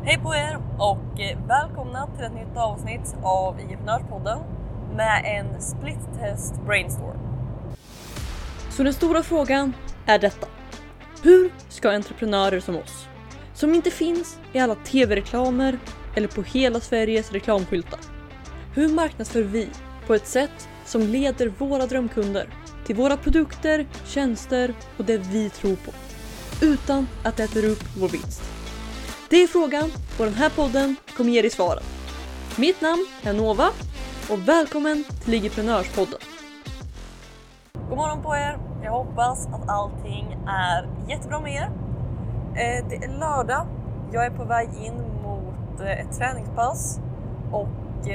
Hej på er och välkomna till ett nytt avsnitt av IG-prenörspodden med en split-test brainstorm. Så den stora frågan är detta. Hur ska entreprenörer som oss, som inte finns i alla tv-reklamer eller på hela Sveriges reklamskyltar, hur marknadsför vi på ett sätt som leder våra drömkunder till våra produkter, tjänster och det vi tror på, utan att det äter upp vår vinst? Det är frågan och den här podden kommer ge dig svaren. Mitt namn är Nova och välkommen till IG-prenörspodden. God morgon på er! Jag hoppas att allting är jättebra med er. Det är lördag. Jag är på väg in mot ett träningspass och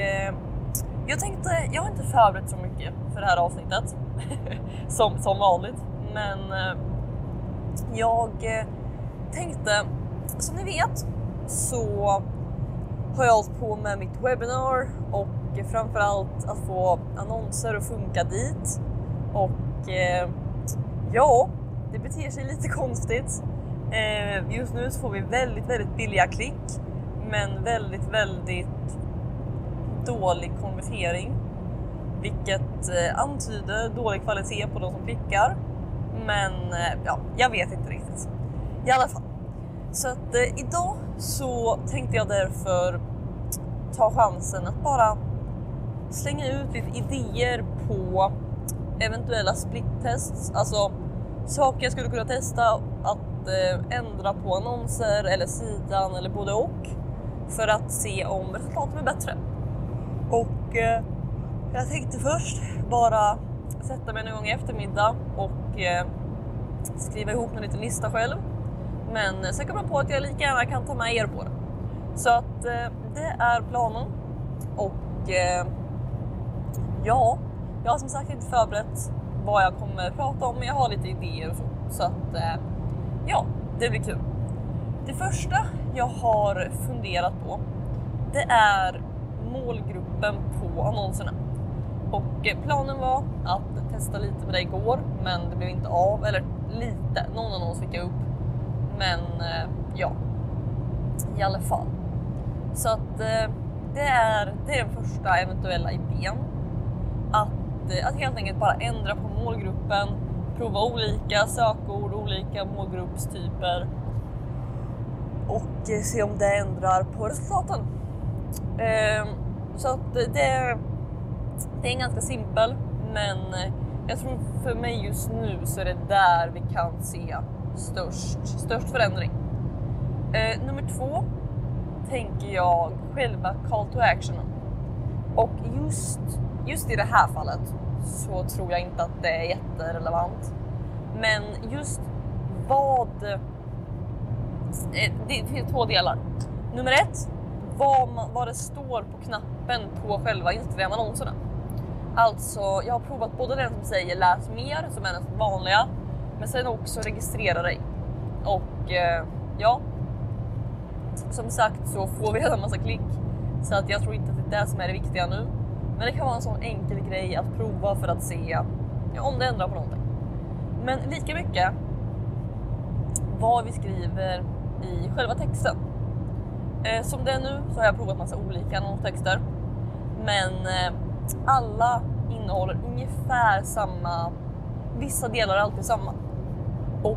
jag har inte förberett så mycket för det här avsnittet som vanligt. Men jag tänkte, som ni vet så har jag hållit på med mitt webbinar och framförallt att få annonser att funka dit. Och ja, det beter sig lite konstigt. Just nu så får vi väldigt billiga klick, men väldigt dålig konvertering. Vilket antyder dålig kvalitet på de som klickar. Men ja, jag vet inte riktigt. I alla fall. Så att idag så tänkte jag därför ta chansen att bara slänga ut lite idéer på eventuella split-tests. Alltså saker jag skulle kunna testa att ändra på annonser eller sidan eller både och. För att se om resultatet blir bättre. Och jag tänkte först bara sätta mig någon gång i eftermiddag och skriva ihop en liten lista själv. Men sen kom jag på att jag lika gärna kan ta med er på det. Så att det är planen. Och ja, jag har som sagt inte förberett vad jag kommer prata om. Men jag har lite idéer och så. Så att ja, det blir kul. Det första jag har funderat på, det är målgruppen på annonserna. Och planen var att testa lite med det igår, men det blev inte av. Eller lite, någon annons fick jag upp. Men ja, i alla fall. Så att det är den första eventuella idén. Att helt enkelt bara ändra på målgruppen. Prova olika sökord, olika målgruppstyper. Och se om det ändrar på resultaten. Så att det är en ganska simpel. Men jag tror för mig just nu så är det där vi kan se störst förändring. Nummer 2 tänker jag själva call to action. Och just i det här fallet så tror jag inte att det är jätterelevant. Men just det finns 2 delar. Nummer 1, vad det står på knappen på själva Instagram-annonserna. Alltså jag har provat både den som säger läs mer, som är den vanliga, men sen också registrera dig. Och ja, som sagt så får vi redan massa klick. Så att jag tror inte att det är det som är det viktiga nu. Men det kan vara en sån enkel grej att prova för att se om det ändrar på någonting. Men lika mycket vad vi skriver i själva texten. Som det är nu så har jag provat massa olika annonstexter. Men alla innehåller ungefär samma. Vissa delar är alltid samma. Och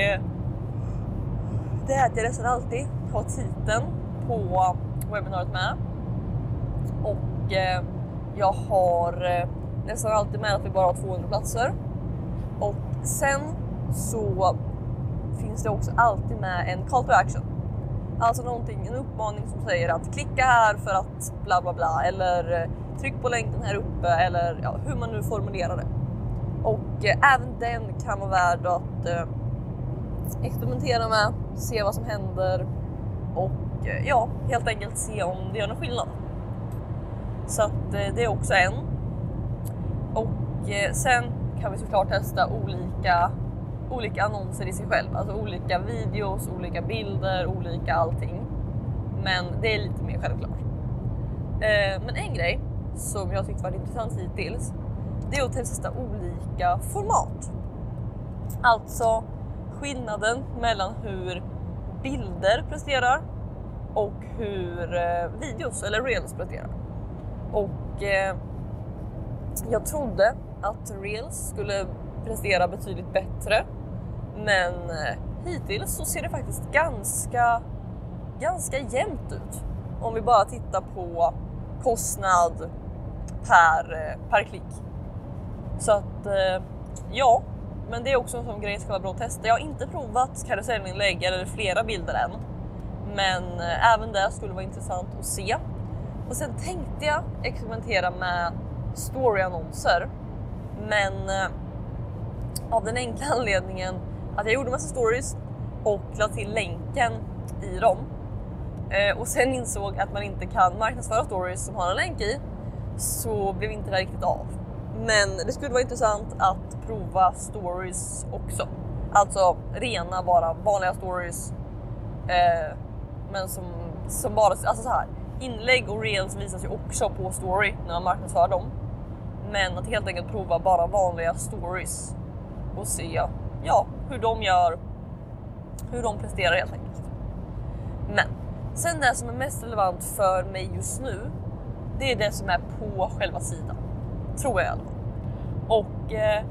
det är att jag nästan alltid har titeln på webbinariet med. Och jag har nästan alltid med att vi bara har 200 platser. Och sen så finns det också alltid med en call to action. Alltså en uppmaning som säger att klicka här för att bla bla bla. Eller tryck på länken här uppe. Eller ja, hur man nu formulerar det. Och även den kan vara värd att experimentera med, se vad som händer och ja, helt enkelt se om det gör någon skillnad. Så att det är också en. Och sen kan vi såklart testa olika annonser i sig själv. Alltså olika videos, olika bilder, olika allting. Men det är lite mer självklart. Men en grej som jag tyckte var intressant hittills, det är att testa olika format. Alltså skillnaden mellan hur bilder presterar och hur videos eller reels presterar. Och jag trodde att reels skulle prestera betydligt bättre, men hittills så ser det faktiskt ganska jämnt ut om vi bara tittar på kostnad per klick. Så att ja, men det är också en sån grej som kan vara bra att testa. Jag har inte provat karusellinlägg eller flera bilder än, men även det skulle vara intressant att se. Och sen tänkte jag experimentera med storyannonser, men av den enkla anledningen att jag gjorde massa stories och la till länken i dem, och sen insåg att man inte kan marknadsföra stories som har en länk i, så blev inte det riktigt av. Men det skulle vara intressant att prova stories också, alltså rena bara vanliga stories, men som bara, alltså så här, inlägg och reels visas ju också på story när man marknadsför dem, men att helt enkelt prova bara vanliga stories och se hur de gör, hur de presterar helt enkelt. Men sen det som är mest relevant för mig just nu, det är det som är på själva sidan, tror jag i alla fall. Och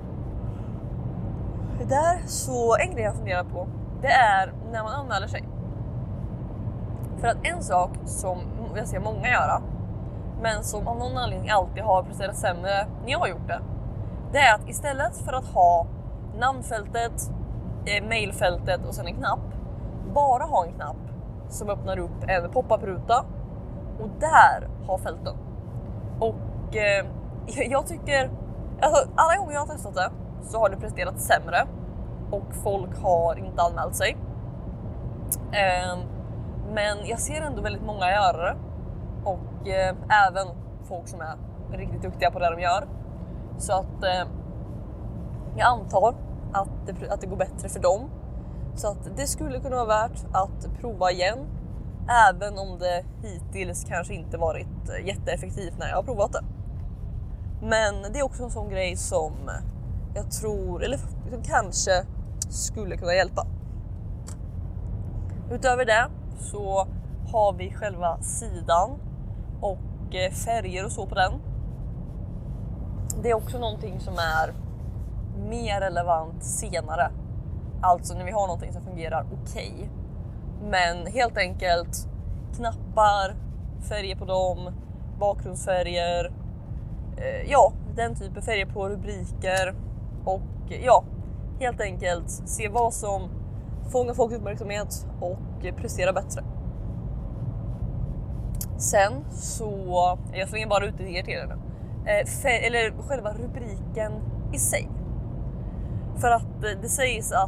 där så en grej jag funderar på, det är när man anmäler sig. För att en sak som jag ser många göra, men som av någon anledning alltid har presterat sämre när jag har gjort det, det är att istället för att ha namnfältet, mailfältet och sen en knapp, bara ha en knapp som öppnar upp en pop-up-ruta och där har fälten. Och jag tycker, alltså, alla gånger jag har testat det så har det presterat sämre och folk har inte anmält sig. Men jag ser ändå väldigt många göra det, och även folk som är riktigt duktiga på det de gör. Så att jag antar att det går bättre för dem. Så att det skulle kunna vara värt att prova igen, även om det hittills kanske inte varit jätteeffektivt när jag har provat det. Men det är också en sån grej som jag tror, eller som kanske skulle kunna hjälpa. Utöver det så har vi själva sidan och färger och så på den. Det är också någonting som är mer relevant senare. Alltså när vi har någonting som fungerar okej. Men helt enkelt knappar, färger på dem, bakgrundsfärger, den typen av färger på rubriker, och helt enkelt se vad som fångar folks uppmärksamhet och prestera bättre. Sen så, jag slänger bara ut idéer till er nu. Eller själva rubriken i sig. För att det sägs att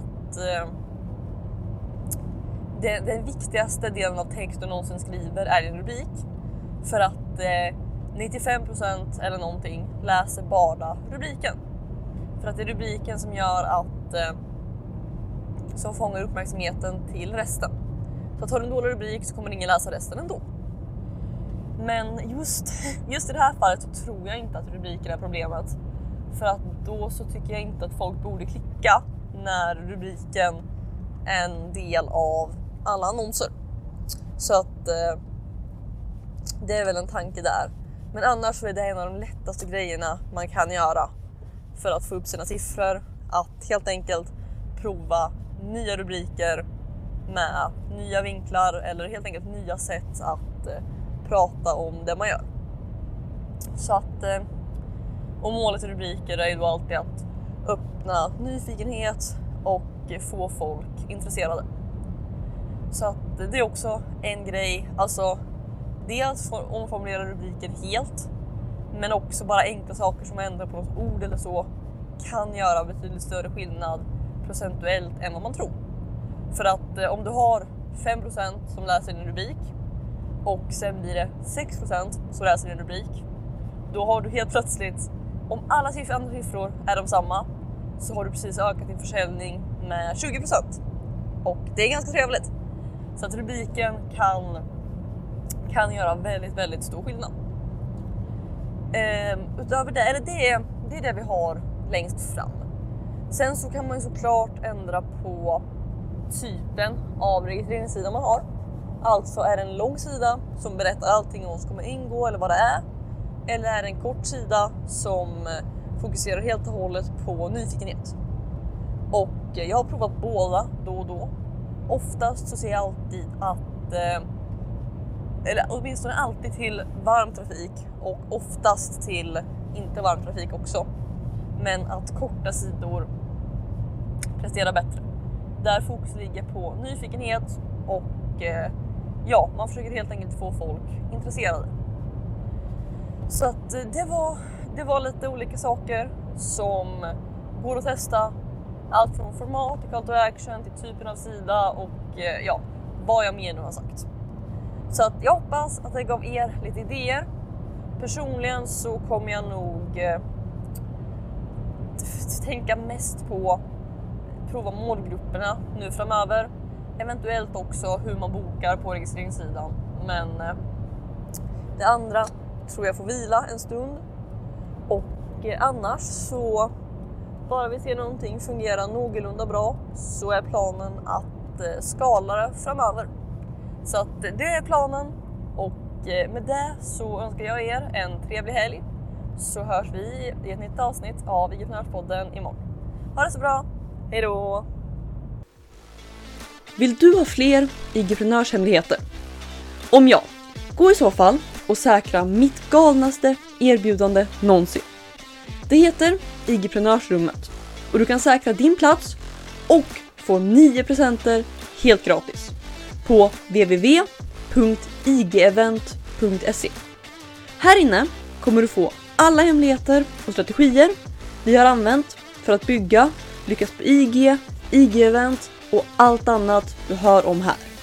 den viktigaste delen av text du någonsin skriver är en rubrik. För att 95% eller någonting läser bara rubriken. För att det är rubriken som gör att som fångar uppmärksamheten till resten. Så att har du en dålig rubrik så kommer ingen läsa resten ändå. Men just i det här fallet så tror jag inte att rubriken är problemet. För att då så tycker jag inte att folk borde klicka när rubriken är en del av alla annonser. Så att det är väl en tanke där. Men annars så är det en av de lättaste grejerna man kan göra för att få upp sina siffror. Att helt enkelt prova nya rubriker med nya vinklar eller helt enkelt nya sätt att prata om det man gör. Så att och målet i rubriker är ju då alltid att öppna nyfikenhet och få folk intresserade. Så att det är också en grej, alltså dels omformulera rubriken helt, men också bara enkla saker som ändrar på något ord eller så kan göra betydligt större skillnad procentuellt än vad man tror. För att om du har 5% som läser din rubrik och sen blir det 6% som läser din rubrik, då har du helt plötsligt, om alla andra siffror är de samma, så har du precis ökat din försäljning med 20%. Och det är ganska trevligt. Så att rubriken kan göra väldigt, väldigt stor skillnad. Utöver det, eller det är det vi har längst fram. Sen så kan man ju såklart ändra på typen av registreringssida man har. Alltså är det en lång sida som berättar allting om vad som kommer ingå eller vad det är. Eller är det en kort sida som fokuserar helt och hållet på nyfikenhet. Och jag har provat båda då och då. Oftast så ser jag alltid att, eller åtminstone alltid till varm trafik och oftast till inte varm trafik också. Men att korta sidor presterar bättre. Där fokus ligger på nyfikenhet och ja, man försöker helt enkelt få folk intresserade. Så att det var lite olika saker som går att testa. Allt från format till call to action till typen av sida och ja, vad jag mer nu har sagt. Så att jag hoppas att det gav er lite idéer. Personligen så kommer jag nog tänka mest på prova målgrupperna nu framöver. Eventuellt också hur man bokar på registreringssidan. Men det andra tror jag får vila en stund. Och annars så bara vi ser någonting fungera någorlunda bra så är planen att skala det framöver. Så att det är planen och med det så önskar jag er en trevlig helg. Så hörs vi i ett nytt avsnitt av IG-prenörspodden imorgon. Ha det så bra, hej då! Vill du ha fler IG-prenörshemligheter? Om ja, gå i så fall och säkra mitt galnaste erbjudande någonsin. Det heter IG-prenörsrummet och du kan säkra din plats och få 9 presenter helt gratis på www.igevent.se. Här inne kommer du få alla hemligheter och strategier vi har använt för att bygga, lyckas på IG, IG-event och allt annat du hör om här.